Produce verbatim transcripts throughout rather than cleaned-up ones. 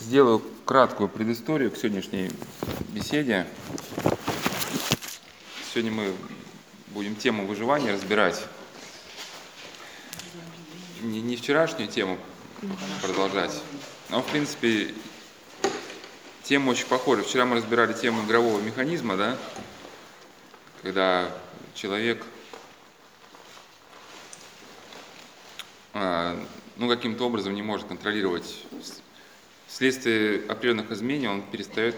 Сделаю краткую предысторию к сегодняшней беседе. Сегодня мы будем тему выживания разбирать. Не, не вчерашнюю тему продолжать, но, в принципе, тема очень похожа. Вчера мы разбирали тему игрового механизма, да, когда человек ну, каким-то образом не может контролировать. Вследствие определенных изменений он перестает,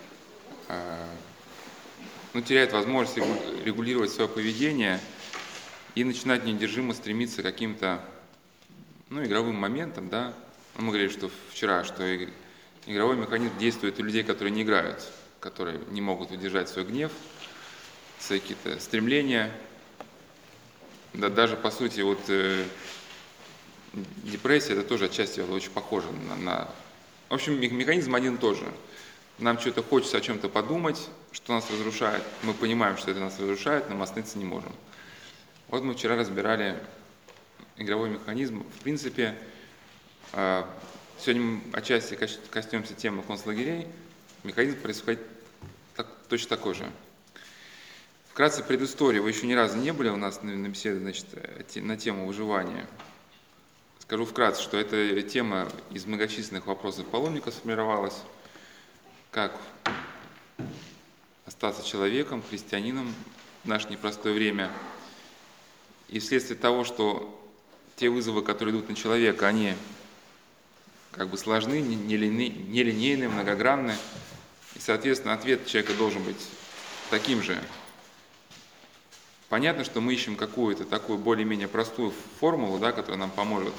ну, теряет возможность регулировать свое поведение и начинает неудержимо стремиться к каким-то, ну, игровым моментам, да. Мы говорили, что вчера, что игровой механизм действует у людей, которые не играют, которые не могут удержать свой гнев, свои какие-то стремления. Да, даже, по сути, вот э, депрессия, это тоже отчасти очень похоже на, на... В общем, механизм один и тот же. Нам что-то хочется о чем-то подумать, что нас разрушает. Мы понимаем, что это нас разрушает, но мы остановиться не можем. Вот мы вчера разбирали игровой механизм. В принципе, э, сегодня мы отчасти коснемся темы концлагерей. Механизм происходит так, точно такой же. Вкратце предыстория. Вы еще ни разу не были у нас на, на беседе, значит, на тему выживания. Скажу вкратце, что эта тема из многочисленных вопросов паломника сформировалась. Как остаться человеком, христианином в наше непростое время. И вследствие того, что те вызовы, которые идут на человека, они как бы сложны, нелинейны, многогранны. И, соответственно, ответ человека должен быть таким же. Понятно, что мы ищем какую-то такую более-менее простую формулу, да, которая нам поможет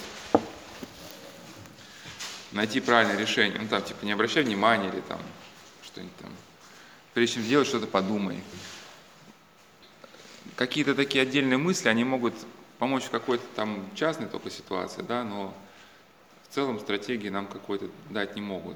найти правильное решение. Ну, там, типа, не обращай внимания или там что-нибудь там. Прежде чем сделать что-то, подумай. Какие-то такие отдельные мысли, они могут помочь в какой-то там частной только ситуации, да, но в целом стратегии нам какой-то дать не могут.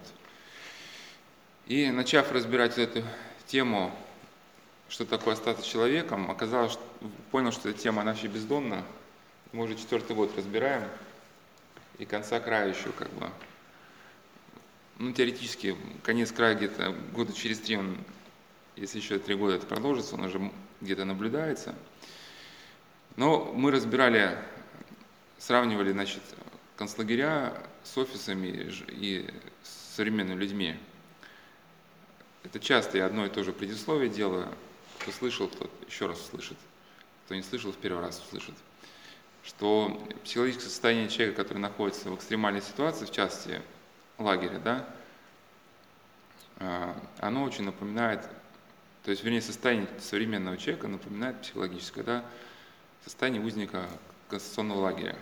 И начав разбирать эту тему, что такое остаться человеком, оказалось, что, понял, что эта тема, она вообще бездонна. Мы уже четвертый год разбираем, и конца края еще как бы, ну, теоретически, конец края где-то года через три, он, если еще три года это продолжится, он уже где-то наблюдается. Но мы разбирали, сравнивали, значит, концлагеря с офисами и с современными людьми. Это часто я одно и то же предисловие делаю. Кто слышал, тот еще раз услышит. Кто не слышал, в первый раз услышит. Что психологическое состояние человека, который находится в экстремальной ситуации, в частности лагеря, да, оно очень напоминает, то есть, вернее, состояние современного человека напоминает психологическое, да, состояние узника концентрационного лагеря.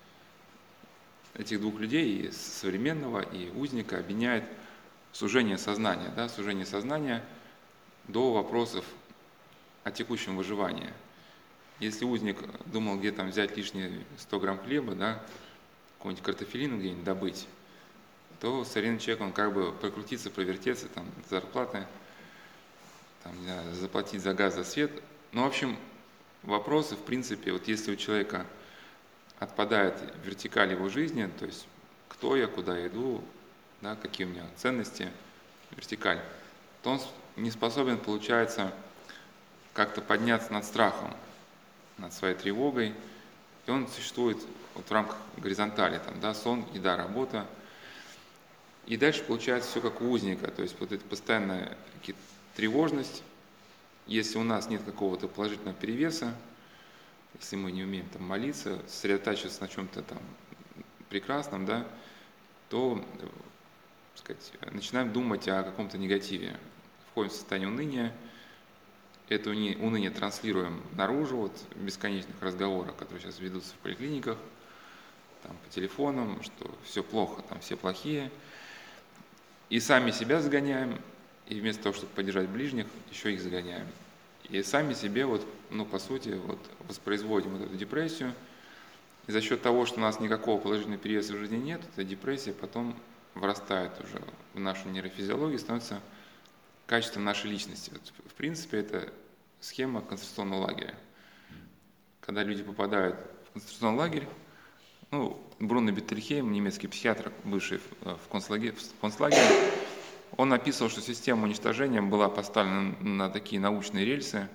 Этих двух людей, и современного, и узника, объединяет сужение сознания, да, сужение сознания до вопросов о текущем выживании. Если узник думал, где там взять лишние сто грамм хлеба, да, какой-нибудь картофелину где-нибудь добыть, то современный человек, он как бы прокрутиться, провертеться, там, зарплаты, там, не знаю, заплатить за газ, за свет. Ну, в общем, вопросы, в принципе, вот если у человека отпадает вертикаль его жизни, то есть кто я, куда я иду, да, какие у меня ценности, вертикаль, то он не способен, получается, как-то подняться над страхом, над своей тревогой, и он существует вот в рамках горизонтали, там, да, сон, еда, работа. И дальше получается все как у узника, то есть вот эта постоянная тревожность, если у нас нет какого-то положительного перевеса, если мы не умеем там молиться, сосредотачиваться на чем-то там прекрасном, да, то, так сказать, начинаем думать о каком-то негативе, входим в состояние уныния, это уныние транслируем наружу, вот в бесконечных разговорах, которые сейчас ведутся в поликлиниках, там, по телефонам, что все плохо, там все плохие, и сами себя загоняем, и вместо того, чтобы поддержать ближних, еще их загоняем. И сами себе, вот, ну, по сути, вот, воспроизводим вот эту депрессию, и за счет того, что у нас никакого положительного перевеса в жизни нет, эта депрессия потом вырастает уже в нашу нейрофизиологию, становится качеством нашей личности. Вот, в принципе, это схема концентрационного лагеря. Когда люди попадают в концентрационный лагерь, Ну, Бруно Беттельхейм, немецкий психиатр, бывший в концлагере, в концлагере, он описывал, что система уничтожения была поставлена на такие научные рельсы.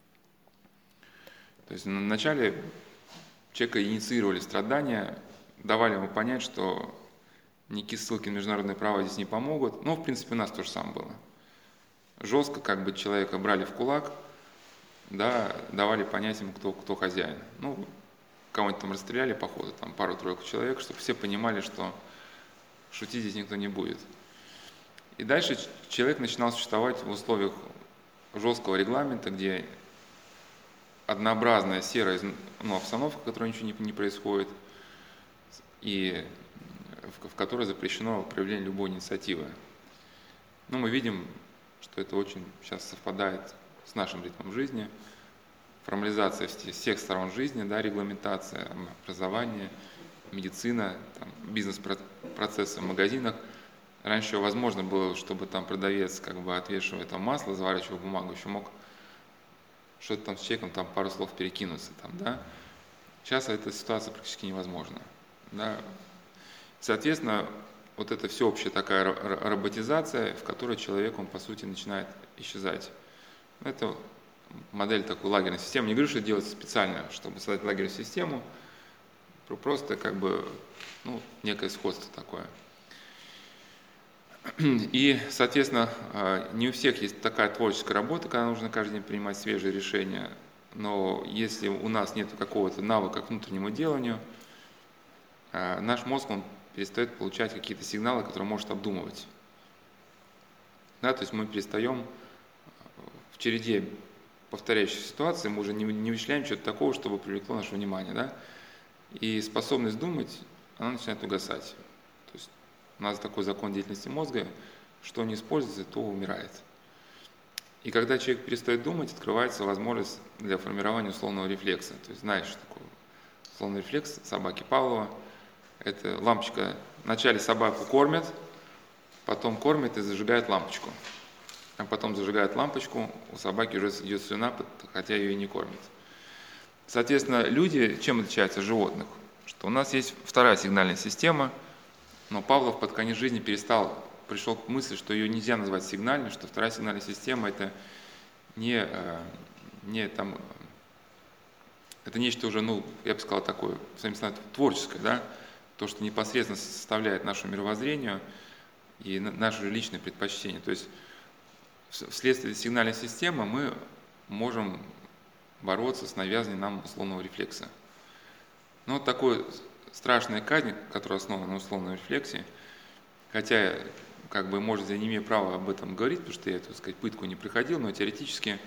То есть вначале человека инициировали страдания, давали ему понять, что никакие ссылки на международное право здесь не помогут. Ну, в принципе, у нас то же самое было. Жестко как бы человека брали в кулак, да, давали понять ему, кто, кто хозяин. Ну, кого-нибудь там расстреляли, походу, там пару-тройку человек, чтобы все понимали, что шутить здесь никто не будет. И дальше человек начинал существовать в условиях жесткого регламента, где однообразная серая ну, обстановка, в которой ничего не, не происходит, и в, в которой запрещено проявление любой инициативы. Ну, мы видим, что это очень сейчас совпадает с нашим ритмом жизни. Формализация всех сторон жизни, да, регламентация, образование, медицина, там, бизнес-процессы в магазинах. Раньше возможно было, чтобы там продавец, как бы отвешивая там масло, заворачивая бумагу, еще мог что-то там с человеком, там пару слов перекинуться, там, да. Сейчас эта ситуация практически невозможна, да. Соответственно, вот эта всеобщая такая роботизация, в которой человек, он по сути начинает исчезать. Это модель такой лагерной системы. Не говорю, что делается специально, чтобы создать лагерную систему, просто как бы, ну, некое сходство такое. И, соответственно, не у всех есть такая творческая работа, когда нужно каждый день принимать свежие решения, но если у нас нет какого-то навыка к внутреннему деланию, наш мозг, он перестает получать какие-то сигналы, которые может обдумывать. Да, то есть мы перестаем в череде повторяющихся ситуаций, мы уже не, не вычисляем чего-то такого, чтобы привлекло наше внимание. Да? И способность думать, она начинает угасать. То есть у нас такой закон деятельности мозга, что не используется, то умирает. И когда человек перестает думать, открывается возможность для формирования условного рефлекса. То есть знаешь, что такое условный рефлекс собаки Павлова. Это лампочка, вначале собаку кормят, потом кормят и зажигают лампочку. А потом зажигают лампочку, у собаки уже идет слюна, хотя ее и не кормят. Соответственно, люди чем отличаются от животных? Что у нас есть вторая сигнальная система, но Павлов под конец жизни перестал, пришел к мысли, что ее нельзя назвать сигнальной, что вторая сигнальная система это не, не там, это нечто уже, ну, я бы сказал, такое, творческое, да, то, что непосредственно составляет наше мировоззрение и наши личные предпочтения. То есть вследствие сигнальной системы мы можем бороться с навязыванием нам условного рефлекса. Но вот такой страшная казнь, которая основана на условном рефлексе, хотя, как бы, может, я не имею права об этом говорить, потому что я, так сказать, пытку не проходил, но теоретически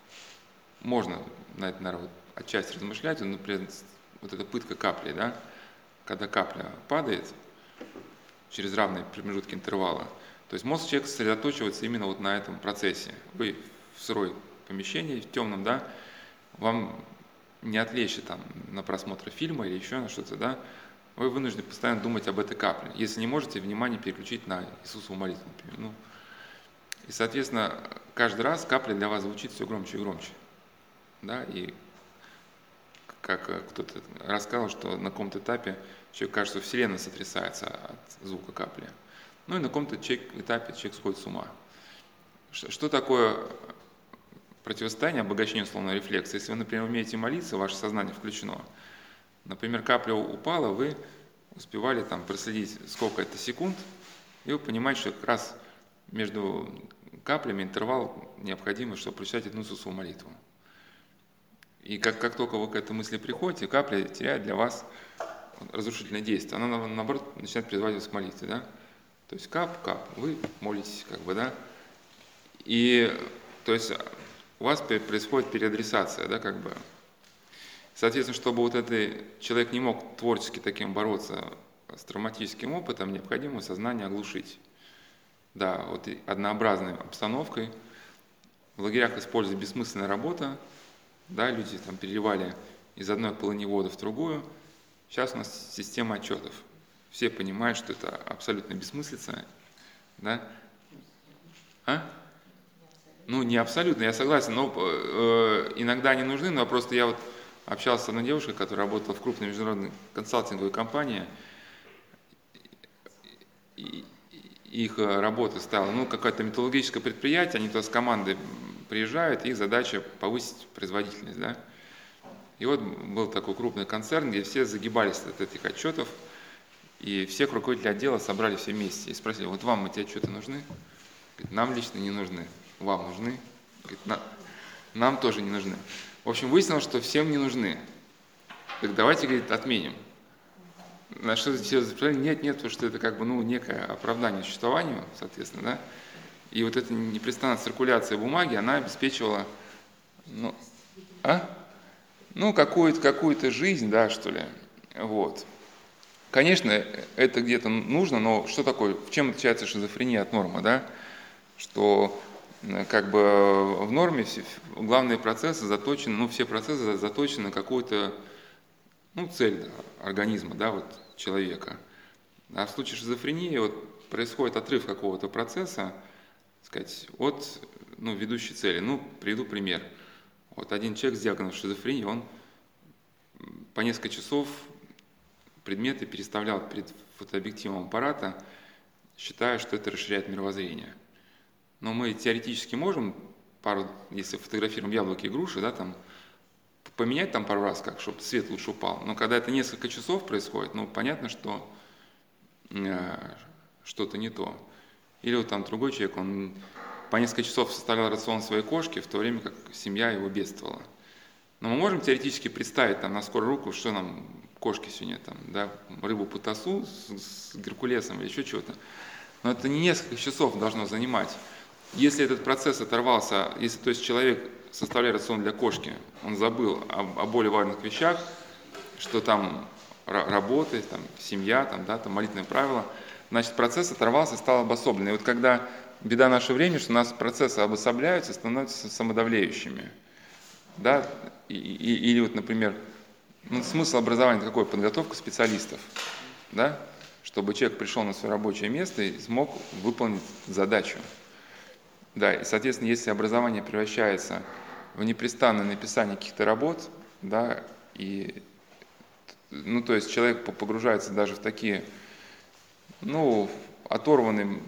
можно на это, наверное, отчасти размышлять. Например, вот эта пытка каплей, да, когда капля падает через равные промежутки интервала, то есть мозг человека сосредоточивается именно вот на этом процессе. Вы в сырой помещении, в темном, да, вам не отвлечься там на просмотр фильма или еще на что-то, да, вы вынуждены постоянно думать об этой капле. Если не можете, внимание переключить на Иисусову молитву, например. Ну, и, соответственно, каждый раз капля для вас звучит все громче и громче. Да, и как кто-то рассказал, что на каком-то этапе человек кажется, что Вселенная сотрясается от звука капли. Ну и на каком-то этапе человек сходит с ума. Что такое противостояние обогащению условного рефлекса? Если вы, например, умеете молиться, ваше сознание включено. Например, капля упала, вы успевали там проследить, сколько это секунд, и вы понимаете, что как раз между каплями интервал необходимый, чтобы прочитать одну Иисусову молитву. И как, как только вы к этой мысли приходите, капля теряет для вас разрушительное действие. Она, наоборот, начинает призывать вас к молитве, да? То есть кап-кап, вы молитесь, как бы, да? И, то есть, у вас происходит переадресация, да, как бы. Соответственно, чтобы вот этот человек не мог творчески таким бороться с травматическим опытом, необходимо сознание оглушить. Да, вот однообразной обстановкой. В лагерях используется бессмысленная работа, да, люди там переливали из одной полыни воду в другую. Сейчас у нас система отчетов. Все понимают, что это абсолютно бессмыслица, да? А? Ну, не абсолютно, я согласен, но э, иногда они нужны, но просто я вот общался с одной девушкой, которая работала в крупной международной консалтинговой компании. И их работа стала, ну, какое-то металлургическое предприятие, они туда с командой приезжают, и их задача повысить производительность, да. И вот был такой крупный концерн, где все загибались от этих отчетов, и всех руководителей отдела собрали все вместе и спросили: вот вам эти отчеты нужны? Говорит, нам лично не нужны. Вам нужны? Говорит, На, нам тоже не нужны. В общем, выяснилось, что всем не нужны. Так давайте, говорит, отменим. На что все сказали: нет, нет, потому что это как бы, ну, некое оправдание существованию, соответственно, да. И вот эта непрестанная циркуляция бумаги, она обеспечивала, ну, а? ну какую-то, какую-то жизнь, да, что ли. Вот. Конечно, это где-то нужно, но что такое, в чем отличается шизофрения от нормы, да? Что как бы в норме все, главные процессы заточены, ну, все процессы заточены на какую-то, ну, цель, да, организма, да, вот человека. А в случае шизофрении вот происходит отрыв какого-то процесса, так сказать, от, ну, ведущей цели. Ну, приведу пример. Вот один человек с диагнозом шизофрении, он по несколько часов предметы переставлял перед фотообъективом аппарата, считая, что это расширяет мировоззрение. Но мы теоретически можем, пару, если фотографируем яблоки и груши, да, там, поменять там пару раз, как, чтобы свет лучше упал. Но когда это несколько часов происходит, ну, понятно, что э, что-то не то. Или вот там другой человек, он по несколько часов составлял рацион своей кошки, в то время как семья его бедствовала. Но мы можем теоретически представить там на скорую руку, что нам кошки сегодня там, да, рыбу по тасу с, с геркулесом или еще чего-то. Но это не несколько часов должно занимать. Если этот процесс оторвался, если, то есть, человек, составляя рацион для кошки, он забыл о, о более важных вещах, что там работа, там, семья, там, да, там, молитвенные правила, значит, процесс оторвался и стал обособленным. И вот когда беда нашего времени, что у нас процессы обособляются, становятся самодавлеющими. Да? И, и, или вот, например, ну, смысл образования какой? Подготовка специалистов. Да? Чтобы человек пришел на свое рабочее место и смог выполнить задачу. Да, и, соответственно, если образование превращается в непрестанное написание каких-то работ, да, и, ну, то есть человек погружается даже в такие, ну, оторванные,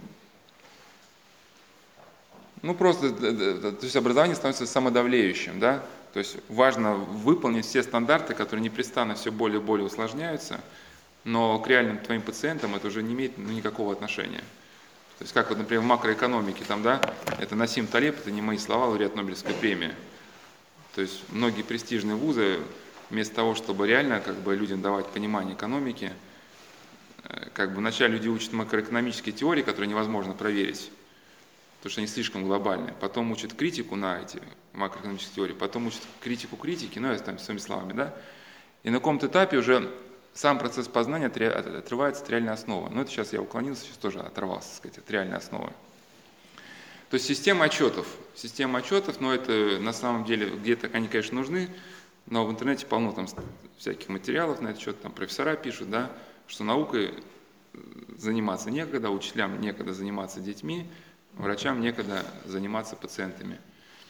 ну, просто, то есть образование становится самодавлеющим, да, то есть важно выполнить все стандарты, которые непрестанно все более и более усложняются, но к реальным твоим пациентам это уже не имеет, ну, никакого отношения. То есть, как вот, например, в макроэкономике, там, да, это Насим Талеб, это не мои слова, лауреат Нобелевской премии. То есть многие престижные вузы, вместо того, чтобы реально как бы людям давать понимание экономики, как бы вначале люди учат макроэкономические теории, которые невозможно проверить, потому что они слишком глобальные. Потом учат критику на эти макроэкономические теории, потом учат критику критики, ну, я там своими словами, да. И на каком-то этапе уже сам процесс познания отрывается от реальной основы. Но это сейчас я уклонился, сейчас тоже оторвался, так сказать, от реальной основы. То есть система отчетов. Система отчетов, но это на самом деле где-то они, конечно, нужны, но в интернете полно там всяких материалов на этот счет, там профессора пишут, да, что наукой заниматься некогда, учителям некогда заниматься детьми, врачам некогда заниматься пациентами.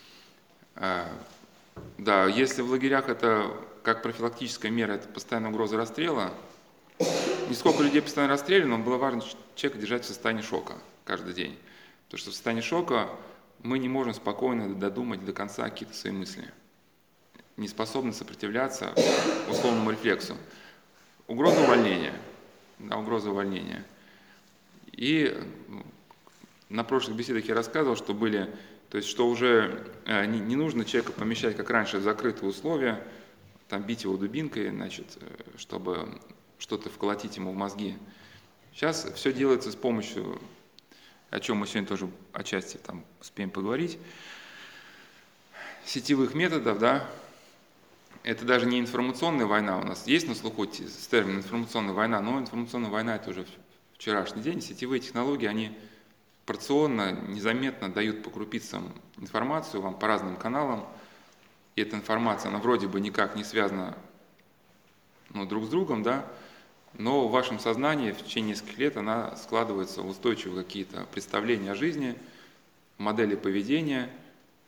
Да, если в лагерях это как профилактическая мера, это постоянная угроза расстрела, не сколько людей постоянно расстреляно, но было важно человека держать в состоянии шока каждый день. Потому что в состоянии шока мы не можем спокойно додумать до конца какие-то свои мысли, не способны сопротивляться условному рефлексу. Угроза увольнения. Да, угроза увольнения. И на прошлых беседах я рассказывал, что были, то есть, что уже не, не нужно человека помещать, как раньше, в закрытые условия, там бить его дубинкой, значит, чтобы что-то вколотить ему в мозги. Сейчас все делается с помощью, о чем мы сегодня тоже отчасти там успеем поговорить, сетевых методов, да. Это даже не информационная война, у нас есть на слуху термин информационная война, но информационная война это уже вчерашний день. Сетевые технологии, они порционно, незаметно дают по крупицам информацию вам по разным каналам. И эта информация, она вроде бы никак не связана, ну, друг с другом, да, но в вашем сознании в течение нескольких лет она складывается в устойчивые какие-то представления о жизни, модели поведения,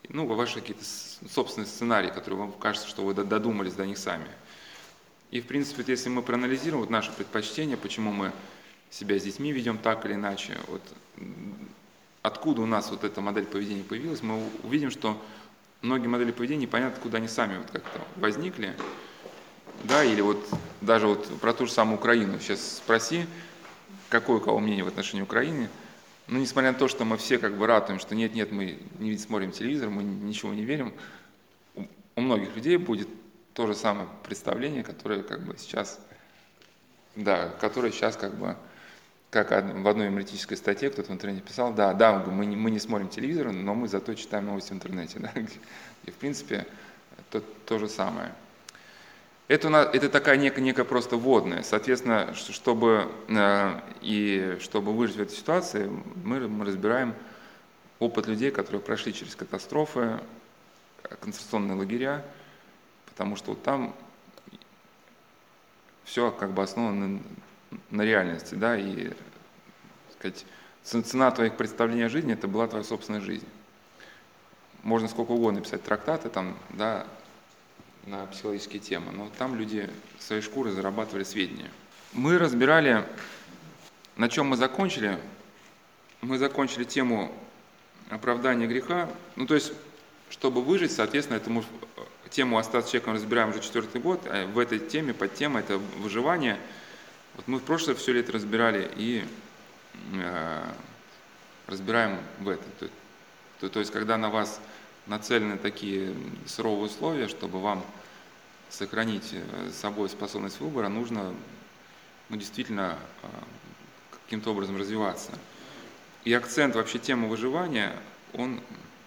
ну, ваши какие-то собственные сценарии, которые вам кажется, что вы додумались до них сами. И, в принципе, если мы проанализируем вот наши предпочтения, почему мы себя с детьми ведем так или иначе, вот, откуда у нас вот эта модель поведения появилась, мы увидим, что многие модели поведения непонятно, откуда они сами вот как-то возникли. Да, или вот даже вот про ту же самую Украину. Сейчас спроси, какое у кого мнение в отношении Украины. Ну, несмотря на то, что мы все как бы ратуем, что нет-нет, мы не смотрим телевизор, мы ничего не верим, у многих людей будет то же самое представление, которое как бы сейчас, да, которое сейчас как бы, как в одной юмористической статье кто-то в интернете писал, да, да, мы не, мы не смотрим телевизор, но мы зато читаем новости в интернете, да, и в принципе то, то же самое. Это, это такая некая, некая просто вводная. Соответственно, чтобы, и чтобы выжить в этой ситуации, мы, мы разбираем опыт людей, которые прошли через катастрофы, концентрационные лагеря, потому что вот там все как бы основано на, на реальности, да, и, так сказать, цена твоих представлений о жизни – это была твоя собственная жизнь. Можно сколько угодно писать трактаты, там, да, на психологические темы, но там люди своей шкурой зарабатывали сведения. Мы разбирали, на чем мы закончили. Мы закончили тему оправдания греха. Ну, то есть, чтобы выжить, соответственно, этому тему «Остаться человеком» разбираем уже четвертый год. А в этой теме, под темой, это выживание. Вот мы в прошлое все лето разбирали и э, разбираем в это. То, то, то есть, когда на вас нацелены такие суровые условия, чтобы вам сохранить с собой способность выбора, нужно, ну, действительно каким-то образом развиваться. И акцент вообще темы выживания, он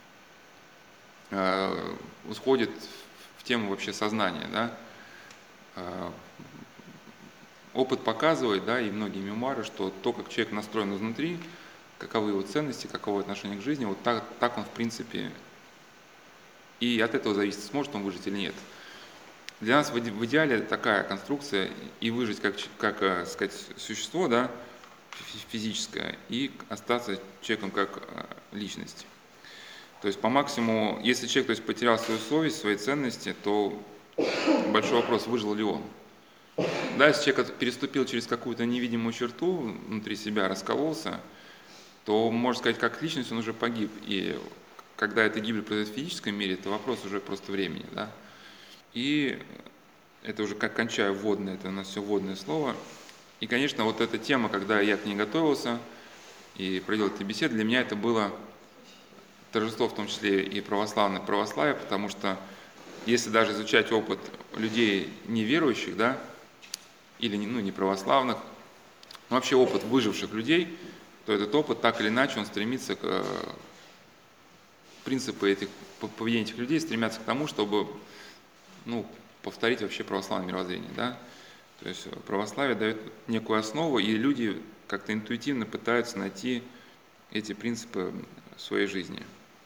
э, усходит в тему вообще сознания. Да? Э, опыт показывает, да, и многие мемуары, что то, как человек настроен изнутри, каковы его ценности, каково отношение к жизни, вот так, так он в принципе. И от этого зависит, сможет он выжить или нет. Для нас в идеале такая конструкция и выжить как, как так сказать, существо, да, физическое, и остаться человеком как личность. То есть по максимуму, если человек, то есть, потерял свою совесть, свои ценности, то большой вопрос, выжил ли он. Да, если человек переступил через какую-то невидимую черту внутри себя, раскололся, то, можно сказать, как личность он уже погиб. И когда эта гибель произойдет в физическом мире, это вопрос уже просто времени. Да? И это уже как кончаю вводное, это у нас все вводное слово. И, конечно, вот эта тема, когда я к ней готовился и провел эти беседы, для меня это было торжество, в том числе и православное православие, потому что если даже изучать опыт людей неверующих, да, или ну, не православных, но вообще опыт выживших людей, то этот опыт так или иначе он стремится к принципы этих поведения этих людей стремятся к тому, чтобы, ну, повторить вообще православное мировоззрение, да. То есть православие дает некую основу, и люди как-то интуитивно пытаются найти эти принципы в своей жизни.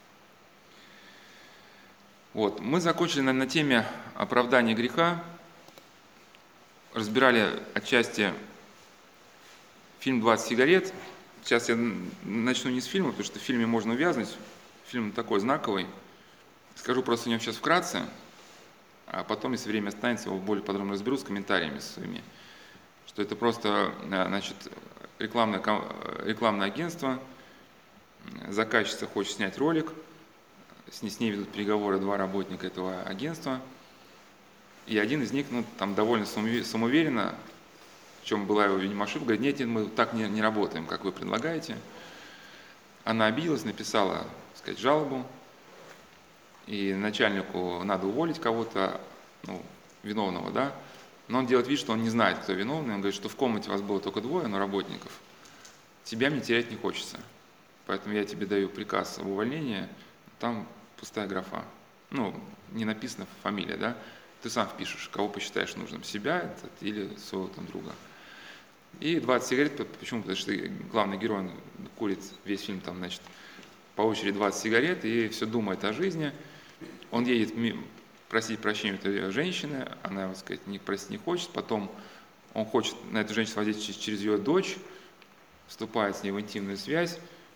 Вот. Мы закончили на, на теме оправдания греха, разбирали отчасти фильм «двадцать сигарет». Сейчас я начну не с фильма, потому что в фильме можно увязнуть. Фильм такой знаковый. Скажу просто о нем сейчас вкратце, а потом, если время останется, его более подробно разберу с комментариями своими. Что это просто, значит, рекламное, рекламное агентство, заказчица хочет снять ролик, с ней, с ней ведут переговоры два работника этого агентства, и один из них, ну, там довольно самоуверенно, в чем была его, видимо, ошибка, говорит: нет, нет, мы так не, не работаем, как вы предлагаете. Она обиделась, написала, так сказать, жалобу, и начальнику надо уволить кого-то, ну, виновного, да, но он делает вид, что он не знает, кто виновный, он говорит, что в комнате вас было только двое, но работников, тебя мне терять не хочется, поэтому я тебе даю приказ об увольнении, там пустая графа, ну, не написана фамилия, да, ты сам впишешь, кого посчитаешь нужным, себя или своего там друга. И двадцать сигарет, почему? Потому что главный герой, он курит весь фильм, там, значит, по очереди двадцать сигарет, и все думает о жизни. Он едет просить прощения у этой женщины, она, так сказать, не просить не хочет, потом он хочет на эту женщину воздействовать через ее дочь, вступает с ней в интимную связь,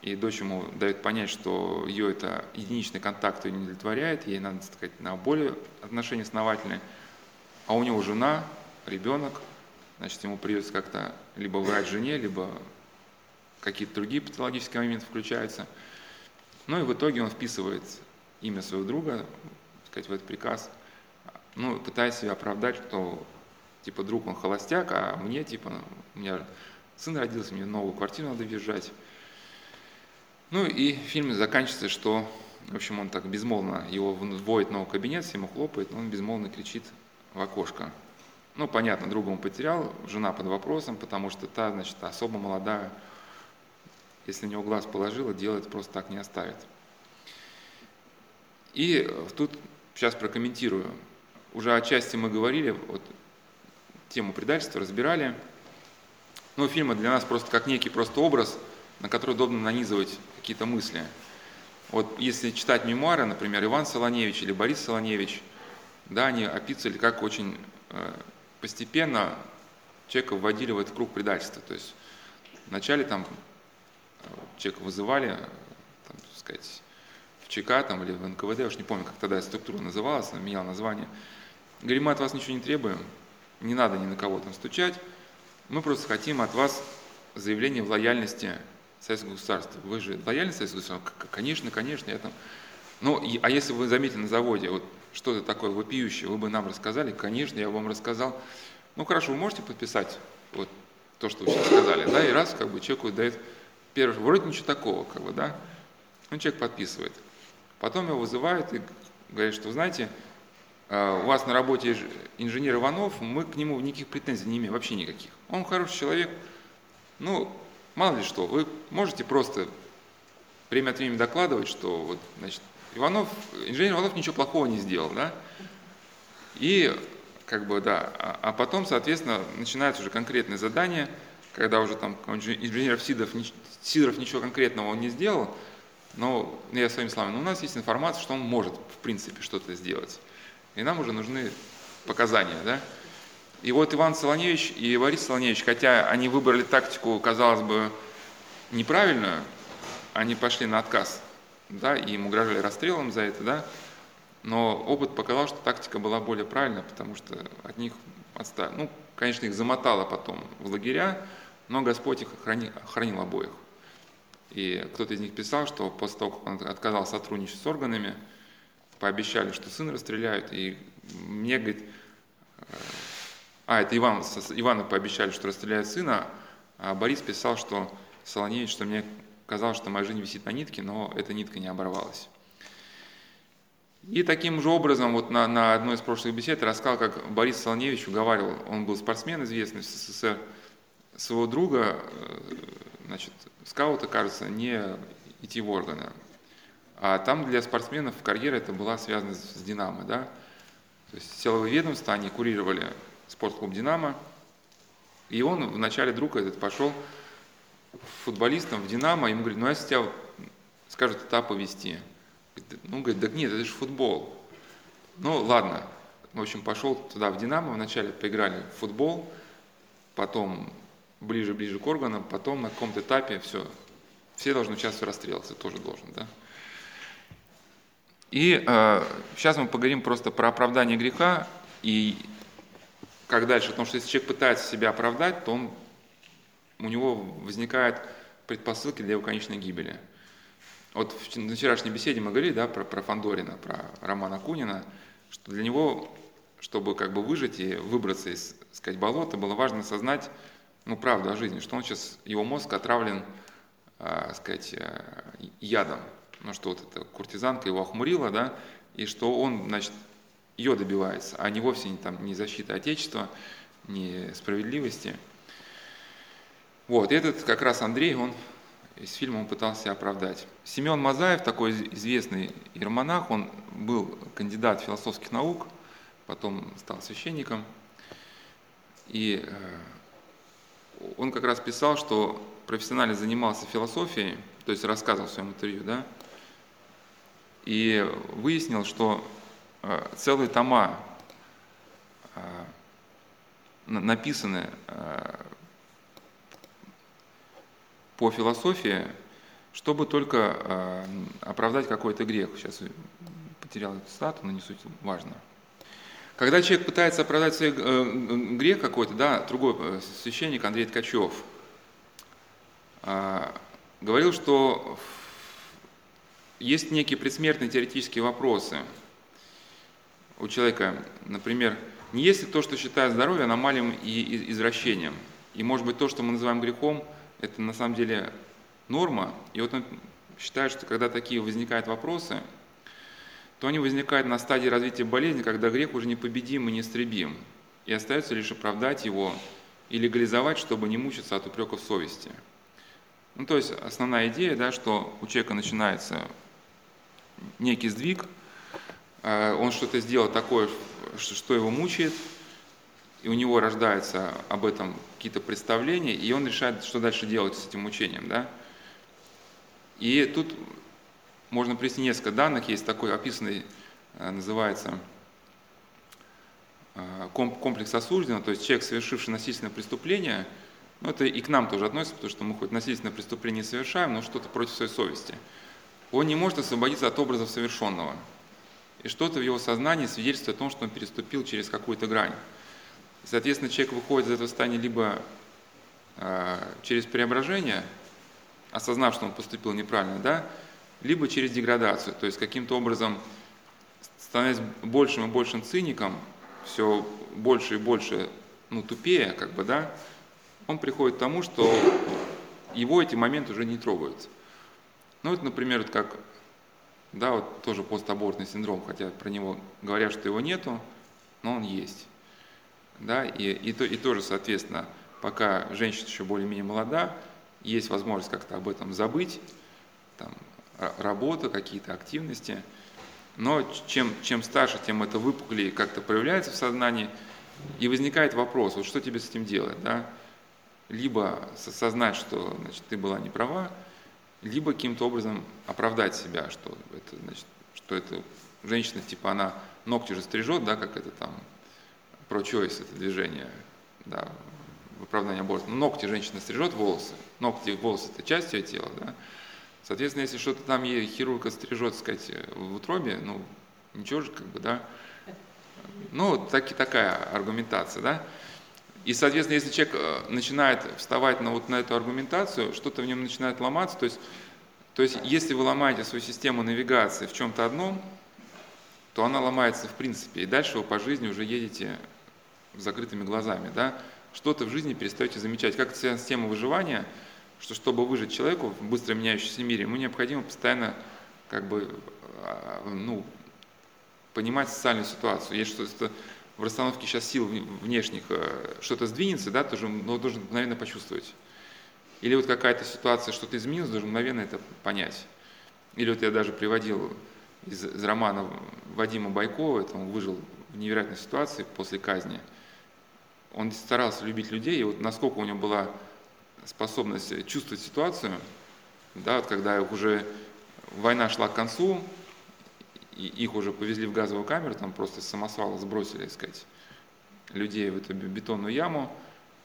и дочь ему дает понять, что ее это единичный контакт ее не удовлетворяет, ей надо, так сказать, на более отношения основательные, а у него жена, ребенок, значит, ему придется как-то либо врать жене, либо какие-то другие патологические моменты включаются. Ну и в итоге он вписывает имя своего друга, так сказать, в этот приказ, ну, пытаясь себя оправдать, что, типа, друг, он холостяк, а мне, типа, у меня сын родился, мне новую квартиру надо въезжать. Ну и фильм заканчивается, что, в общем, он так безмолвно, его вводит в новый кабинет, всему хлопает, он безмолвно кричит в окошко. Ну, понятно, друга он потерял, жена под вопросом, потому что та, значит, особо молодая, если на него глаз положила, делать просто так не оставит. И тут сейчас прокомментирую. Уже отчасти мы говорили, вот, тему предательства разбирали. Ну, фильмы для нас просто как некий просто образ, на который удобно нанизывать какие-то мысли. Вот если читать мемуары, например, Иван Солоневич или Борис Солоневич, да, они описывали, как очень э, постепенно человека вводили в этот круг предательства. То есть вначале там человека вызывали, там, так сказать, в ЧК там, или в эн ка вэ дэ, я уж не помню, как тогда структура называлась, она меняла название. Говорим, мы от вас ничего не требуем, не надо ни на кого там стучать, мы просто хотим от вас заявление в лояльности советского государства. Вы же лояльны советскому государству? Конечно, конечно, я там... Ну, и, а если вы заметили на заводе вот что-то такое вопиющее, вы бы нам рассказали? Конечно, я вам рассказал. Ну, хорошо, вы можете подписать вот то, что вы сейчас сказали, да, и раз, как бы, человеку дает первый, вроде ничего такого, как бы, да, ну, человек подписывает. Потом его вызывают и говорят, что, знаете, у вас на работе инженер Иванов, мы к нему никаких претензий не имеем, вообще никаких. Он хороший человек, ну, мало ли что, вы можете просто время от времени докладывать, что, вот, значит, Иванов, инженер Иванов ничего плохого не сделал, да, и, как бы, да, а, а потом, соответственно, начинаются уже конкретные задания, когда уже там инженер Сидоров, Сидоров ничего конкретного он не сделал, но я своими словами, но у нас есть информация, что он может, в принципе, что-то сделать. И нам уже нужны показания, да. И вот Иван Солоневич и Борис Солоневич, хотя они выбрали тактику, казалось бы, неправильную, они пошли на отказ, да, и им угрожали расстрелом за это, да, но опыт показал, что тактика была более правильная, потому что от них отстали. Ну, конечно, их замотало потом в лагеря, но Господь их хранил, хранил обоих. И кто-то из них писал, что после того, как он отказал сотрудничать с органами, пообещали, что сына расстреляют, и мне, говорит, а, это Иван, Ивану пообещали, что расстреляют сына, а Борис писал, что Солоневич, что мне казалось, что моя жизнь висит на нитке, но эта нитка не оборвалась. И таким же образом, вот на, на одной из прошлых бесед я рассказал, как Борис Солоневич уговаривал, он был спортсмен известный в эс эс эс эр, своего друга, значит, скаута, кажется, не идти в органы. А там для спортсменов карьера это была связана с «Динамо», да. То есть силовые ведомства, они курировали спортклуб «Динамо», и он вначале, друг этот, пошел футболистом в «Динамо», ему говорит, ну, а если тебя скажут этапы вести? Ну, говорит, да нет, это же футбол. Ну, ладно. В общем, пошел туда в «Динамо», вначале поиграли в футбол, потом ближе-ближе к органам, потом на каком-то этапе все, все должны участвовать в расстрелах, ты тоже должен, да. И э, сейчас мы поговорим просто про оправдание греха и как дальше, потому что если человек пытается себя оправдать, то он, у него возникают предпосылки для его конечной гибели. Вот в, на вчерашней беседе мы говорили, да, про, про Фандорина, про Романа Акунина, что для него, чтобы как бы выжить и выбраться из, так сказать, болота, было важно осознать, ну, правду о жизни, что он сейчас, его мозг отравлен, э, сказать, э, ядом. Ну, что вот эта куртизанка его охмурила, да, и что он, значит, ее добивается, а не вовсе не, там, не защита Отечества, не справедливости. Вот, и этот как раз Андрей, он из фильма он пытался себя оправдать. Семен Мазаев, такой известный иеромонах, он был кандидат философских наук, потом стал священником, и он как раз писал, что профессионально занимался философией, то есть рассказывал в своем интервью, да, и выяснил, что целые тома написаны по философии, чтобы только э, оправдать какой-то грех. Сейчас потерял эту стату, но не суть важно. Когда человек пытается оправдать свой э, грех какой-то, да, другой священник Андрей Ткачев э, говорил, что есть некие предсмертные теоретические вопросы у человека, например, не есть ли то, что считает здоровье, аномалией и извращением. И может быть то, что мы называем грехом, это на самом деле норма. И вот он считает, что когда такие возникают вопросы, то они возникают на стадии развития болезни, когда грех уже непобедим и неистребим. И остается лишь оправдать его и легализовать, чтобы не мучиться от упреков совести. Ну, то есть основная идея, да, что у человека начинается некий сдвиг, он что-то сделал такое, что его мучает, и у него рождаются об этом какие-то представления, и он решает, что дальше делать с этим мучением. Да? И тут можно привести несколько данных, есть такой описанный, называется комплекс осужденного, то есть человек, совершивший насильственное преступление, ну это и к нам тоже относится, потому что мы хоть насильственное преступление не совершаем, но что-то против своей совести. Он не может освободиться от образов совершенного. И что-то в его сознании свидетельствует о том, что он переступил через какую-то грань. И, соответственно, человек выходит из этого состояния либо э, через преображение, осознав, что он поступил неправильно, да, либо через деградацию, то есть каким-то образом, становясь большим и большим циником, все больше и больше, ну, тупее, как бы, да, он приходит к тому, что его эти моменты уже не трогают. Ну, это, например, вот как, да, вот тоже постабортный синдром, хотя про него говорят, что его нету, но он есть. Да, и, и, то, и тоже, соответственно, пока женщина еще более-менее молода, есть возможность как-то об этом забыть, там, работа, какие-то активности, но чем, чем старше, тем это выпуклее как-то проявляется в сознании, и возникает вопрос, вот что тебе с этим делать, да? Либо осознать, что, значит, ты была не права, либо каким-то образом оправдать себя, что это, значит, что это женщина, типа, она ногти же стрижет, да, как это там, про-choice, это движение, да, в оправдании аборта. Но ногти женщина стрижет, волосы, ногти, волосы – это часть ее тела, да. Соответственно, если что-то там ей хирург стрижет, так сказать, в утробе, ну, ничего же, как бы, да. Ну, так, такая аргументация, да. И, соответственно, если человек начинает вставать на, вот, на эту аргументацию, что-то в нем начинает ломаться, то есть, то есть если вы ломаете свою систему навигации в чем-то одном, то она ломается в принципе, и дальше вы по жизни уже едете с закрытыми глазами, да? Что-то в жизни перестаете замечать. Как система выживания, что чтобы выжить человеку в быстро меняющемся мире, ему необходимо постоянно как бы, ну, понимать социальную ситуацию. Есть что-то в расстановке сейчас сил внешних, что-то сдвинется, да, ты же ну, должен мгновенно почувствовать. Или вот какая-то ситуация, что-то изменилось, должен мгновенно это понять. Или вот я даже приводил из, из романа Вадима Байкова, это он выжил в невероятной ситуации после казни. Он старался любить людей, и вот насколько у него была способность чувствовать ситуацию, да, вот когда уже война шла к концу, и их уже повезли в газовую камеру, там просто с самосвала сбросили, так сказать, людей в эту бетонную яму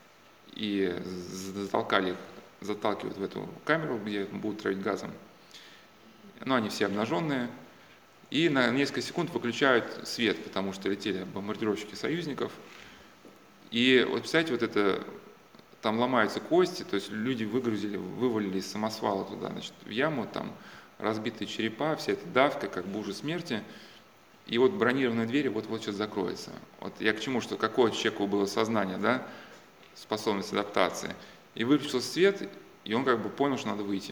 и затолкали их, заталкивают в эту камеру, где будут травить газом. Ну, они все обнаженные. И на несколько секунд выключают свет, потому что летели бомбардировщики союзников. И вот, представляете, вот это, там ломаются кости, то есть люди выгрузили, вывалили из самосвала туда, значит, в яму, там разбитые черепа, вся эта давка, как бы уже смерти. И вот бронированные двери вот-вот сейчас закроются. Вот я к чему, что какое человеку было сознание, да, способность адаптации. И выключился свет, и он как бы понял, что надо выйти.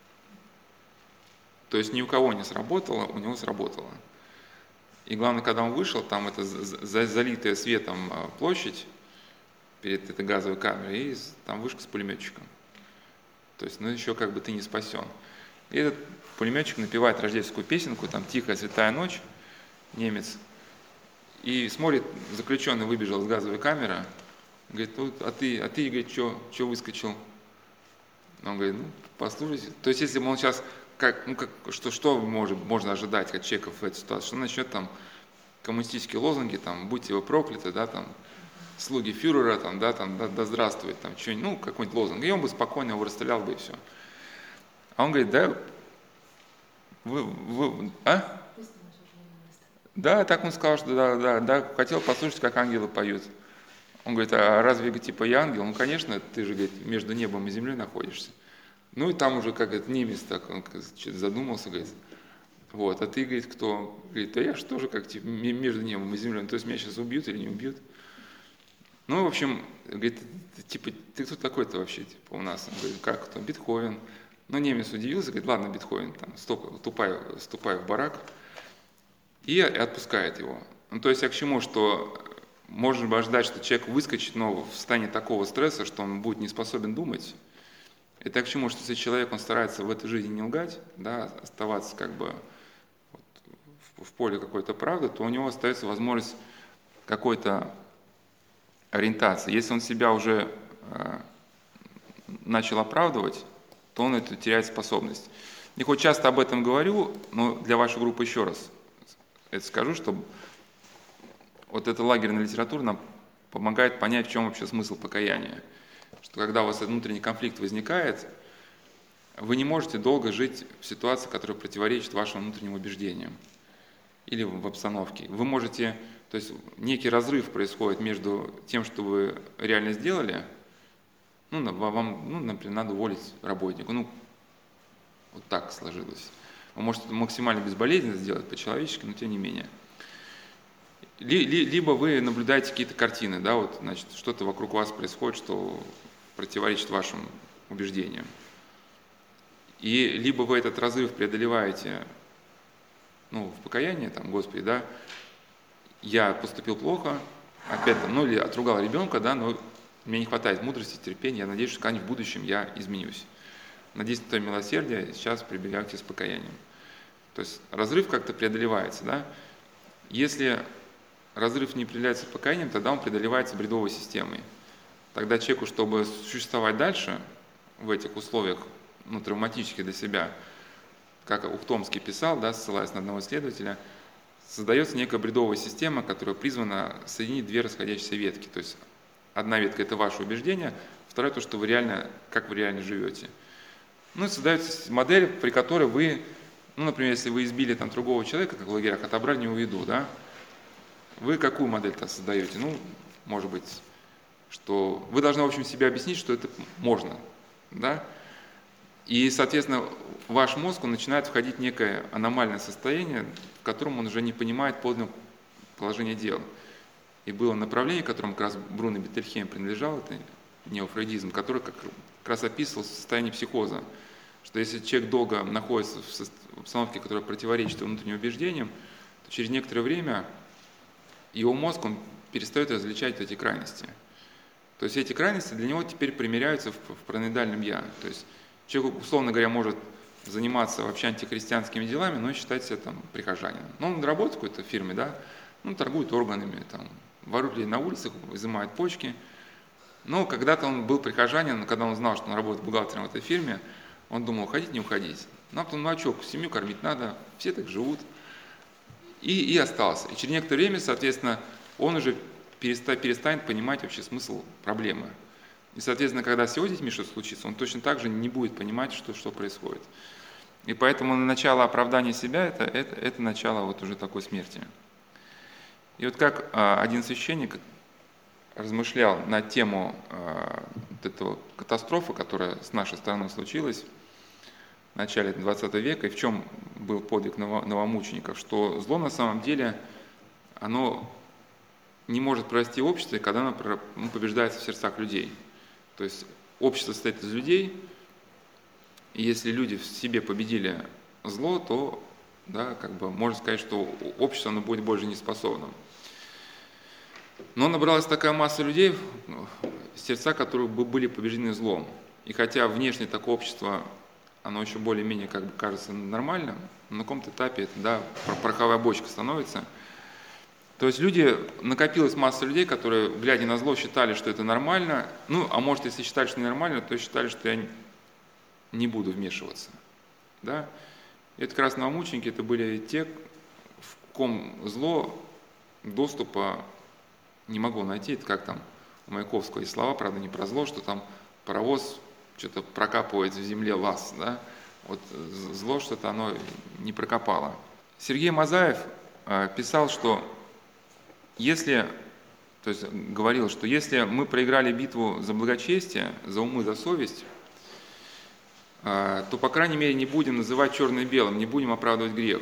То есть ни у кого не сработало, у него сработало. И главное, когда он вышел, там это залитая светом площадь перед этой газовой камерой, и там вышка с пулеметчиком. То есть, ну еще как бы ты не спасен. И этот пулеметчик напевает рождественскую песенку, там «Тихая святая ночь», немец, и смотрит, заключенный выбежал из газовой камеры, говорит, ну, а ты, а ты, говорит, что выскочил? Он говорит, ну, послушайте. То есть, если бы он сейчас, как, ну, как, что, что может, можно ожидать от человека в этой ситуации? Что он начнет там коммунистические лозунги, там, будьте вы прокляты, да, там, слуги фюрера, там, да, там, да, да здравствует, там, что-нибудь, ну, какой-нибудь лозунг. И он бы спокойно его расстрелял бы, и все. А он говорит, да, вы, вы а? Да, так он сказал, что да, да, да, хотел послушать, как ангелы поют. Он говорит, а разве, типа, я ангел? Ну, конечно, ты же, говорит, между небом и землей находишься. Ну, и там уже, как это, немец так, он что-то задумался, говорит, вот, а ты, говорит, кто? Говорит, да я же тоже, как, типа, между небом и землей, то есть меня сейчас убьют или не убьют? Ну, в общем, говорит, типа, ты кто такой-то вообще, типа, у нас? Он говорит, как кто? Бетховен. Ну, немец удивился, говорит, ладно, Бетховен, там, стоп, ступай, ступай в барак, и отпускает его. Ну, то есть, а к чему, что можно ожидать, что человек выскочит, но в состоянии такого стресса, что он будет не способен думать. Это к чему, что если человек, он старается в этой жизни не лгать, да, оставаться как бы вот в, в поле какой-то правды, то у него остается возможность какой-то ориентации. Если он себя уже э, начал оправдывать, то он эту теряет способность. Я хоть часто об этом говорю, но для вашей группы еще раз это скажу, что вот эта лагерная литература нам помогает понять, в чем вообще смысл покаяния. Что когда у вас этот внутренний конфликт возникает, вы не можете долго жить в ситуации, которая противоречит вашим внутренним убеждениям или в обстановке. Вы можете, то есть некий разрыв происходит между тем, что вы реально сделали, ну, вам, ну, например, надо уволить работника, ну, вот так сложилось. Вы можете это максимально безболезненно сделать по-человечески, но тем не менее. Либо вы наблюдаете какие-то картины, да, вот, значит, что-то вокруг вас происходит, что противоречит вашим убеждениям. И либо вы этот разрыв преодолеваете, ну, в покаянии, там, Господи, да, я поступил плохо, опять там, ну, или отругал ребенка, да, но мне не хватает мудрости, терпения, я надеюсь, что когда-нибудь в будущем я изменюсь. Надеюсь на твое милосердие, сейчас прибегайте с покаянием. То есть разрыв как-то преодолевается, да. Если разрыв не преодоляется покаянием, тогда он преодолевается бредовой системой. Тогда человеку, чтобы существовать дальше в этих условиях, ну, травматических для себя, как Ухтомский писал, да, ссылаясь на одного исследователя, создается некая бредовая система, которая призвана соединить две расходящиеся ветки. То есть одна ветка – это ваше убеждение, вторая – то, что вы реально, как вы реально живете. Ну и создается модель, при которой вы, ну, например, если вы избили там другого человека, как в лагерях, отобрали у него еду, да, вы какую модель-то создаете? Ну, может быть, что вы должны, в общем, себе объяснить, что это можно, да? И, соответственно, ваш мозг, он начинает входить в некое аномальное состояние, в котором он уже не понимает подлинного положения дел. И было направление, которому как раз Бруно Беттельхейм принадлежал, это неофрейдизм, который как раз описывал состояние психоза, что если человек долго находится в обстановке, которая противоречит его внутренним убеждениям, то через некоторое время его мозг, он перестает различать эти крайности. То есть эти крайности для него теперь примеряются в, в параноидальном «я». То есть человек, условно говоря, может заниматься вообще антихристианскими делами, но считать себя там прихожанином. Но он работает в какой-то фирме, да, ну, торгует органами, там, ворует людей на улицах, изымает почки. Но когда-то он был прихожанин, когда он знал, что он работает бухгалтером в этой фирме, он думал, уходить, не уходить. Ну, а потом, ну, а что, семью кормить надо, все так живут. И, и остался. И через некоторое время, соответственно, он уже перестанет понимать вообще смысл проблемы. И, соответственно, когда с его детьми что-то случится, он точно так же не будет понимать, что, что происходит. И поэтому начало оправдания себя это, – это, это начало вот уже такой смерти. И вот как а, один священник размышлял на тему а, вот этого катастрофы, которая с нашей стороны случилась в начале двадцатого века, и в чем был подвиг новомучеников, что зло на самом деле, оно не может провести общество, когда оно побеждается в сердцах людей. То есть общество состоит из людей, и если люди в себе победили зло, то, да, как бы можно сказать, что общество оно будет больше неспособным. Но набралась такая масса людей, сердца которых были побеждены злом. И хотя внешне такое общество, оно еще более-менее, как бы, кажется нормальным, на каком-то этапе это, да, пороховая бочка становится. То есть люди, накопилась масса людей, которые, глядя на зло, считали, что это нормально. Ну, а может, если считали, что ненормально, то считали, что я не буду вмешиваться. Да? И это как раз новомученики, это были те, в ком зло доступа не могло найти. Это как там у Маяковского есть слова, правда, не про зло, что там паровоз что-то прокапывает в земле лаз, да? вот зло что-то оно не прокопало. Сергей Мазаев писал, что если, то есть говорил, что если мы проиграли битву за благочестие, за умы, за совесть, то, по крайней мере, не будем называть черным белым, не будем оправдывать грех.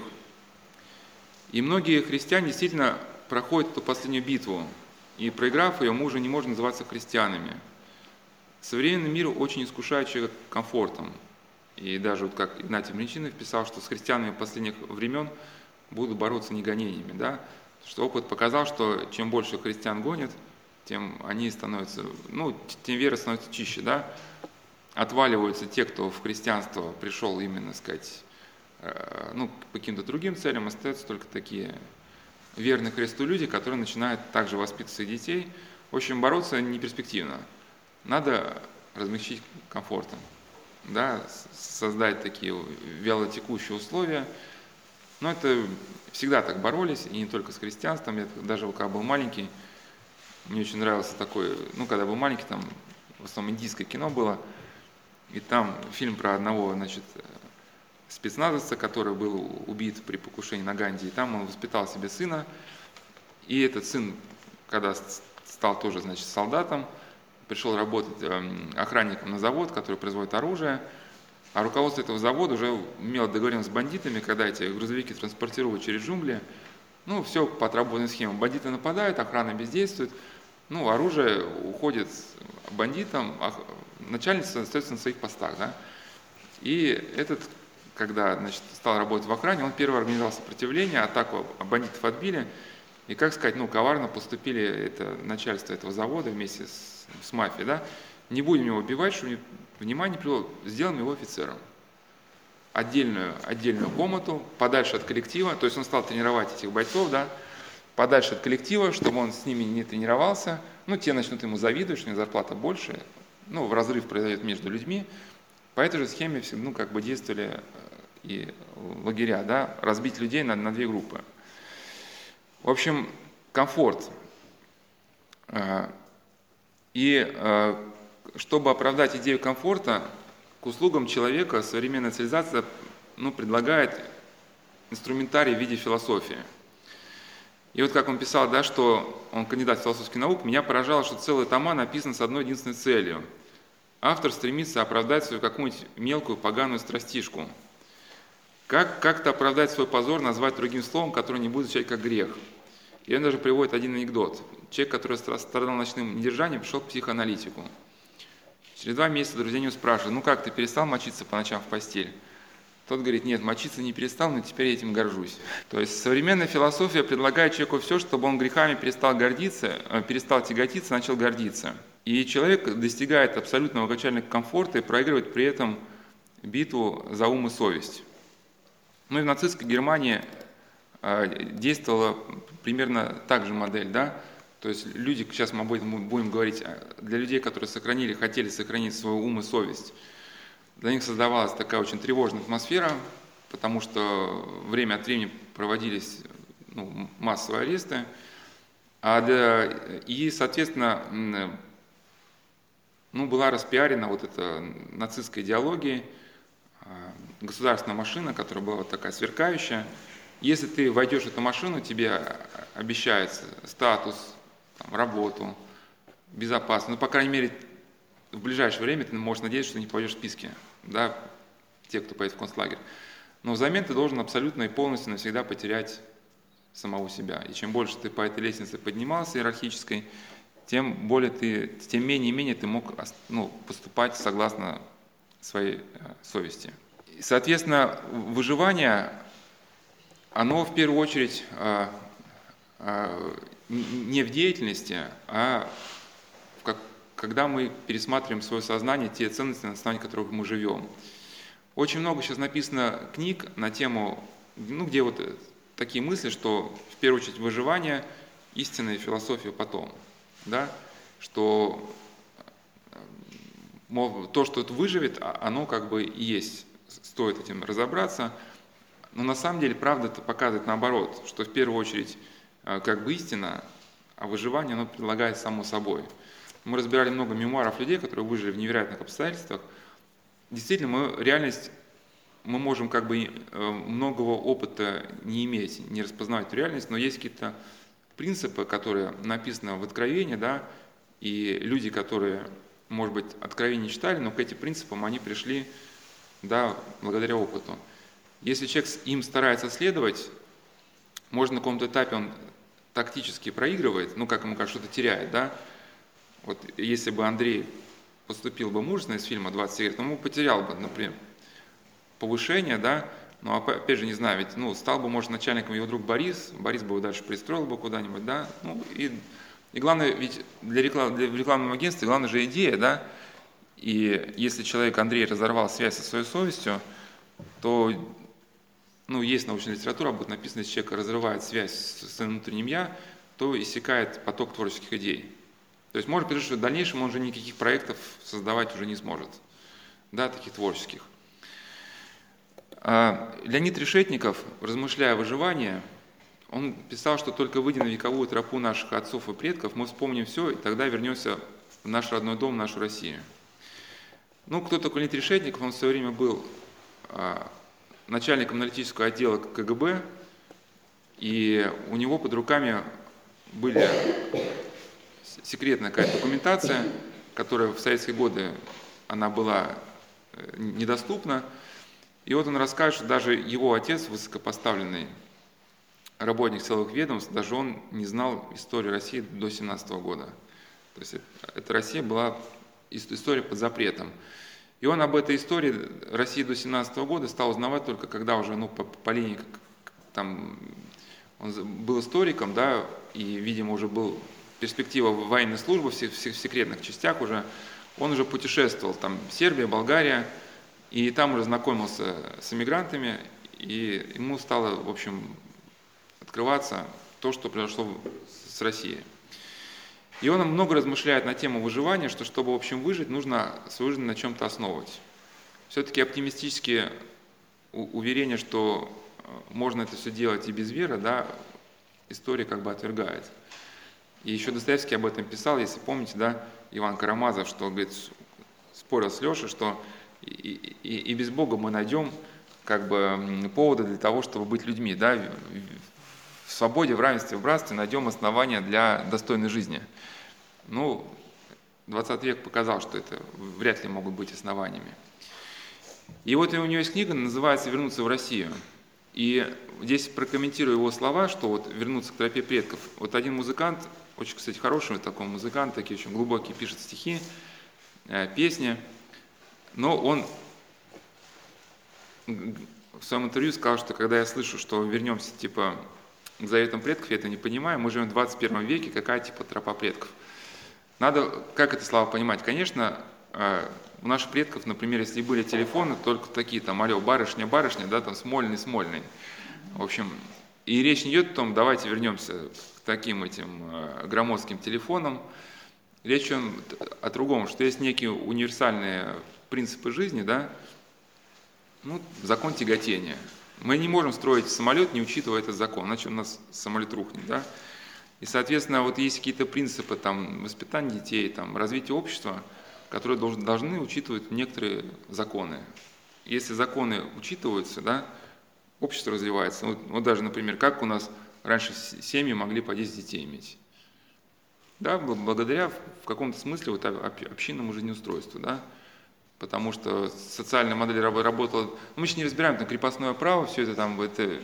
И многие христиане действительно проходят эту последнюю битву, и проиграв ее, мы уже не можем называться христианами. Современный мир очень искушает человека комфортом. И даже вот как Игнатий Бринчинов писал, что с христианами последних времен будут бороться не гонениями. Да? Что опыт показал, что чем больше христиан гонят, тем они становятся, ну, тем вера становится чище. Да? Отваливаются те, кто в христианство пришел именно, сказать, ну, по каким-то другим целям, остаются только такие верные Христу люди, которые начинают также воспитывать своих детей. В общем, бороться не перспективно. Надо размягчить комфортом, да, создать такие вялотекущие условия. Но это всегда так боролись, и не только с христианством. Я даже когда был маленький, мне очень нравился такой, ну, когда был маленький, там в основном индийское кино было, и там фильм про одного, значит, спецназовца, который был убит при покушении на Ганди, и там он воспитал себе сына, и этот сын, когда стал тоже, значит, солдатом, пришел работать охранником на завод, который производит оружие, а руководство этого завода уже имело договоренность с бандитами, когда эти грузовики транспортируют через джунгли, ну, все по отработанной схеме. Бандиты нападают, охрана бездействует, ну, оружие уходит бандитам, а начальница остается на своих постах, да. И этот, когда, значит, стал работать в охране, он первый организовал сопротивление, атаку бандитов отбили, и, как сказать, ну, коварно поступили это начальство этого завода вместе с, с мафией, да. Не будем его убивать, чтобы внимание привело, сделаем его офицером. Отдельную, отдельную комнату, подальше от коллектива, то есть он стал тренировать этих бойцов, да, подальше от коллектива, чтобы он с ними не тренировался, ну, те начнут ему завидовать, что у него зарплата больше, ну, разрыв произойдет между людьми. По этой же схеме, ну, как бы действовали и лагеря, да, разбить людей на, на две группы. В общем, комфорт. И чтобы оправдать идею комфорта, к услугам человека современная цивилизация, ну, предлагает инструментарий в виде философии. И вот как он писал, да, что он кандидат философских наук, меня поражало, что целые тома написаны с одной единственной целью. Автор стремится оправдать свою какую-нибудь мелкую поганую страстишку. Как как-то оправдать свой позор, назвать другим словом, которое не будет звучать как грех. И он даже приводит один анекдот. Человек, который страдал ночным недержанием, пришел к психоаналитику. Через два месяца друзья него спрашивают: ну как, ты перестал мочиться по ночам в постель? Тот говорит: нет, мочиться не перестал, но теперь я этим горжусь. То есть современная философия предлагает человеку все, чтобы он грехами перестал гордиться, перестал тяготиться, начал гордиться. И человек достигает абсолютного окончательного комфорта и проигрывает при этом битву за ум и совесть. Ну и в нацистской Германии действовала примерно так же модель, да? То есть люди, сейчас мы будем говорить, для людей, которые сохранили, хотели сохранить свой ум и совесть, для них создавалась такая очень тревожная атмосфера, потому что время от времени проводились, ну, массовые аресты, а для, и, соответственно, ну, была распиарена вот эта нацистская идеология, государственная машина, которая была вот такая сверкающая. Если ты войдешь в эту машину, тебе обещается статус, там, работу, безопасность. Ну, по крайней мере, в ближайшее время ты можешь надеяться, что не попадешь в списки, да, те, кто поедет в концлагерь. Но взамен ты должен абсолютно и полностью навсегда потерять самого себя. И чем больше ты по этой лестнице поднимался иерархической, тем более ты, тем менее и менее ты мог, ну, поступать согласно своей совести. И, соответственно, выживание, оно в первую очередь а, а, не в деятельности, а в как, когда мы пересматриваем свое сознание, те ценности, на основании которых мы живем. Очень много сейчас написано книг на тему, ну, где вот такие мысли, что в первую очередь выживание, истинная философия потом. Да? Что, мол, то, что это выживет, оно как бы и есть, стоит этим разобраться. Но на самом деле правда это показывает наоборот, что в первую очередь как бы истина, а выживание оно предлагает само собой. Мы разбирали много мемуаров людей, которые выжили в невероятных обстоятельствах. Действительно, мы реальность мы можем как бы многого опыта не иметь, не распознавать эту реальность, но есть какие-то принципы, которые написаны в Откровении, да, и люди, которые, может быть, Откровение не читали, но к этим принципам они пришли, да, благодаря опыту. Если человек им старается следовать, может, на каком-то этапе он тактически проигрывает, ну, как ему кажется, что-то теряет, да. Вот если бы Андрей поступил бы мужественно из фильма «двадцать секретов», он потерял бы, например, повышение, да, но опять же, не знаю, ведь, ну, стал бы, может, начальником его друг Борис, Борис бы его дальше пристроил бы куда-нибудь, да, ну, и, и главное, ведь для, реклам, для рекламного агентства главное же идея, да, и если человек, Андрей, разорвал связь со своей совестью, то, ну, есть научная литература, будет написано, если человек разрывает связь со своим внутренним «я», то иссякает поток творческих идей. То есть может быть, что в дальнейшем он уже никаких проектов создавать уже не сможет, да, таких творческих. Леонид Решетников, размышляя о выживании, он писал, что только выйдя на вековую тропу наших отцов и предков, мы вспомним все, и тогда вернемся в наш родной дом, в нашу Россию. Ну, кто такой Леонид Решетников? Он в свое время был начальником аналитического отдела ка гэ бэ, и у него под руками были секретная какая-то документация, которая в советские годы она была недоступна. И вот он расскажет, что даже его отец, высокопоставленный работник силовых ведомств, даже он не знал историю России до семнадцатого года. То есть эта Россия была история под запретом. И он об этой истории России до семнадцатого года стал узнавать только когда уже, ну, по, по линии, там, он был историком, да, и, видимо, уже был перспектива военной службы в, в, в секретных частях уже. Он уже путешествовал, там, Сербия, Болгария, и там уже знакомился с эмигрантами, и ему стало, в общем, открываться то, что произошло с Россией. И он много размышляет на тему выживания, что чтобы, в общем, выжить, нужно свою жизнь на чем-то основывать. Все-таки оптимистические уверения, что можно это все делать и без веры, да, история как бы отвергает. И еще Достоевский об этом писал, если помните, да, Иван Карамазов, что, говорит, спорил с Лешей, что и, и, и без Бога мы найдем как бы поводы для того, чтобы быть людьми, да, в свободе, в равенстве, в братстве найдем основания для достойной жизни. Ну, двадцатый век показал, что это вряд ли могут быть основаниями. И вот у него есть книга, называется «Вернуться в Россию». И здесь прокомментирую его слова, что вот вернуться к тропе предков. Вот один музыкант, очень, кстати, хороший такой музыкант, такие очень глубокие, пишет стихи, песни, но он в своем интервью сказал, что когда я слышу, что вернемся типа к заветам предков, я это не понимаю, мы живем в двадцать первом веке, какая типа тропа предков. Надо, как это слова понимать? Конечно, у наших предков, например, если были телефоны, только такие там, алло, барышня, барышня, да, там, смольный, смольный. В общем, и речь не идет о том, давайте вернемся к таким этим громоздким телефонам. Речь идет о другом, что есть некие универсальные принципы жизни, да, ну, закон тяготения. Мы не можем строить самолет, не учитывая этот закон, иначе у нас самолет рухнет, да. И, соответственно, вот есть какие-то принципы там, воспитания детей, там, развития общества, которые должны, должны учитывать некоторые законы. Если законы учитываются, да, общество развивается. Вот, вот даже, например, как у нас раньше семьи могли по десять детей иметь. Да, благодаря в каком-то смысле вот общинному жизнеустройству, да, потому что социальная модель работала, ну, мы еще не разбираем там крепостное право, все это там, это,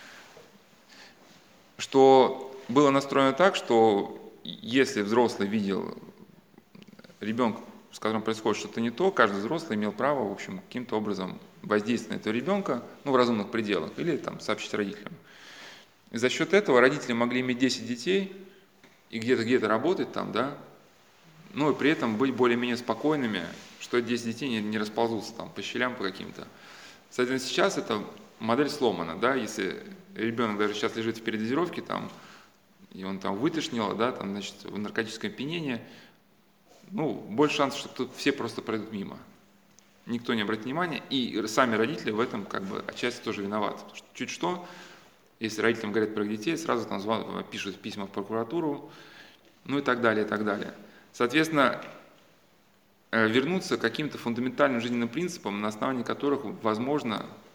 что было настроено так, что если взрослый видел ребенка, с которым происходит что-то не то, каждый взрослый имел право, в общем, каким-то образом воздействовать на этого ребенка, ну, в разумных пределах, или там сообщить родителям. И за счет этого родители могли иметь десять детей и где-то где-то работать там, да, ну, и при этом быть более-менее спокойными, что эти десять детей не, не расползутся там по щелям по каким-то. Соответственно, сейчас эта модель сломана, да, если ребенок даже сейчас лежит в передозировке там, и он там вытошнил, да, там, значит, в наркотическом опьянении, ну, больше шансов, что тут все просто пройдут мимо. Никто не обратит внимания, и сами родители в этом как бы отчасти тоже виноваты. Потому что чуть что, если родителям говорят про детей, сразу там звонят, пишут письма в прокуратуру, ну и так далее, и так далее. Соответственно, вернуться к каким-то фундаментальным жизненным принципам, на основании которых возможно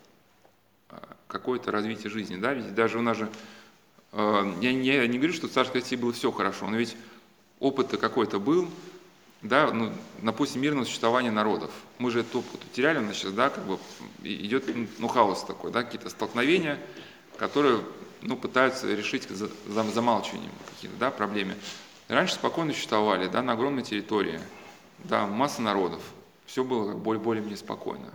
какое-то развитие жизни. Да? Ведь даже у нас же, э, я, не, я не говорю, что в Царской России было все хорошо, но ведь опыт-то какой-то был, да, ну, допустим, мирного существования народов. Мы же этот опыт утеряли, у нас сейчас, да, как бы идет, ну, хаос такой, да, какие-то столкновения, которые, ну, пытаются решить за, за замалчиванием каких-то, да, проблемы. Раньше спокойно существовали, да, на огромной территории, да, масса народов, все было более, более-менее спокойно.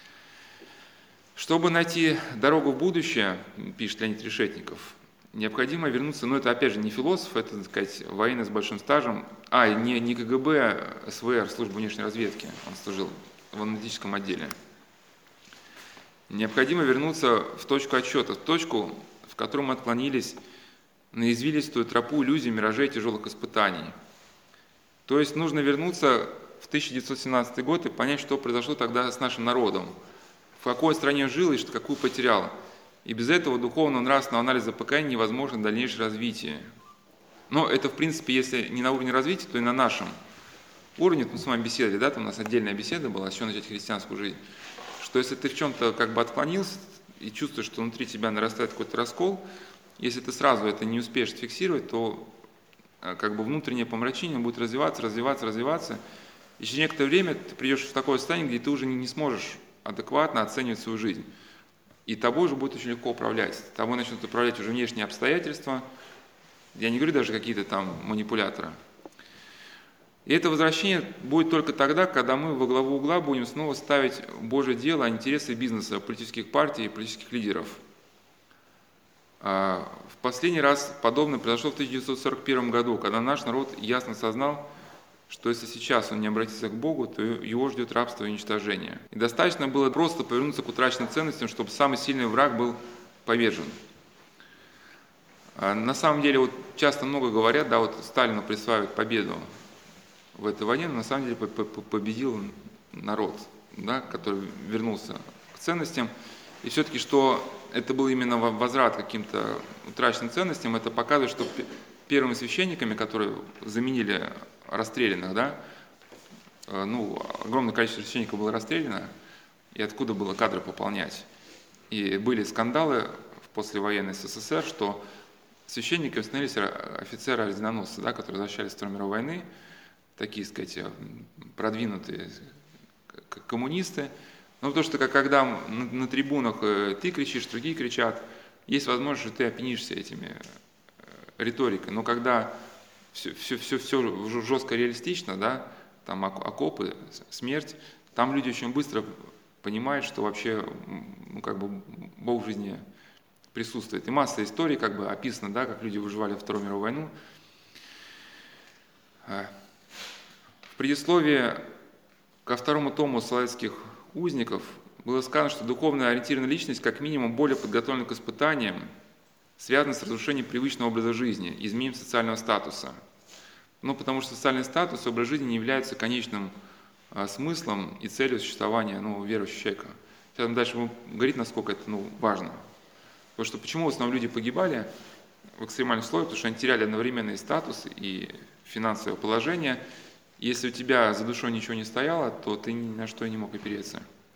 Чтобы найти дорогу в будущее, пишет Леонид Решетников, необходимо вернуться, но это опять же не философ, это, так сказать, военный с большим стажем, а, не, не КГБ, а СВР, служба внешней разведки, он служил в аналитическом отделе. Необходимо вернуться в точку отсчета, в точку, в которой мы отклонились на извилистую тропу иллюзий, миражей, тяжелых испытаний. То есть нужно вернуться в тысяча девятьсот семнадцатый год и понять, что произошло тогда с нашим народом, в какой стране жил и что, какую потерял. И без этого духовного нравственного анализа покаяния невозможно дальнейшее развитие. Но это, в принципе, если не на уровне развития, то и на нашем уровне. Мы с вами беседовали, да, там у нас отдельная беседа была, с чего начать христианскую жизнь. Что если ты в чем-то как бы отклонился и чувствуешь, что внутри тебя нарастает какой-то раскол, если ты сразу это не успеешь фиксировать, то как бы внутреннее помрачение будет развиваться, развиваться, развиваться. И через некоторое время ты придешь в такое состояние, где ты уже не, не сможешь адекватно оценивать свою жизнь. И тобой уже будет очень легко управлять. Тобой начнут управлять уже внешние обстоятельства. Я не говорю даже какие-то там манипуляторы. И это возвращение будет только тогда, когда мы во главу угла будем снова ставить Божье дело, а не интересы бизнеса, политических партий и политических лидеров. В последний раз подобное произошло в тысяча девятьсот сорок первом году, когда наш народ ясно осознал, что если сейчас он не обратится к Богу, то его ждет рабство и уничтожение. И достаточно было просто повернуться к утраченным ценностям, чтобы самый сильный враг был повержен. На самом деле, вот часто много говорят, да, вот Сталину присваивают победу в этой войне, но на самом деле победил народ, да, который вернулся к ценностям. И все-таки, что это был именно возврат к каким-то утраченным ценностям, это показывает, что первыми священниками, которые заменили расстрелянных, да, ну, огромное количество священников было расстреляно, и откуда было кадры пополнять. И были скандалы в послевоенной СССР, что священниками становились офицеры-орденоносцы, да, которые возвращались с Второй мировой войны, такие, так сказать, продвинутые коммунисты. Ну, потому что когда на, на трибунах ты кричишь, другие кричат, есть возможность, что ты опьянишься этими риторикой. Но когда все, все, все, все жестко реалистично, да, там окопы, смерть, там люди очень быстро понимают, что вообще, ну, как бы Бог в жизни присутствует. И масса историй как бы описана, да, как люди выживали Вторую мировую войну. В предисловии ко второму тому «Соловецких узников» было сказано, что духовно ориентированная личность как минимум более подготовлена к испытаниям, связана с разрушением привычного образа жизни, изменением социального статуса. Ну, потому что социальный статус, образ жизни не является конечным а, смыслом и целью существования, ну, верующего человека. Сейчас мы дальше будем говорить, насколько это, ну, важно. Потому что почему в основном люди погибали в экстремальных условиях? Потому что они теряли одновременно и статус, и финансовое положение. Если у тебя за душой ничего не стояло, то ты ни на что и не мог опереться.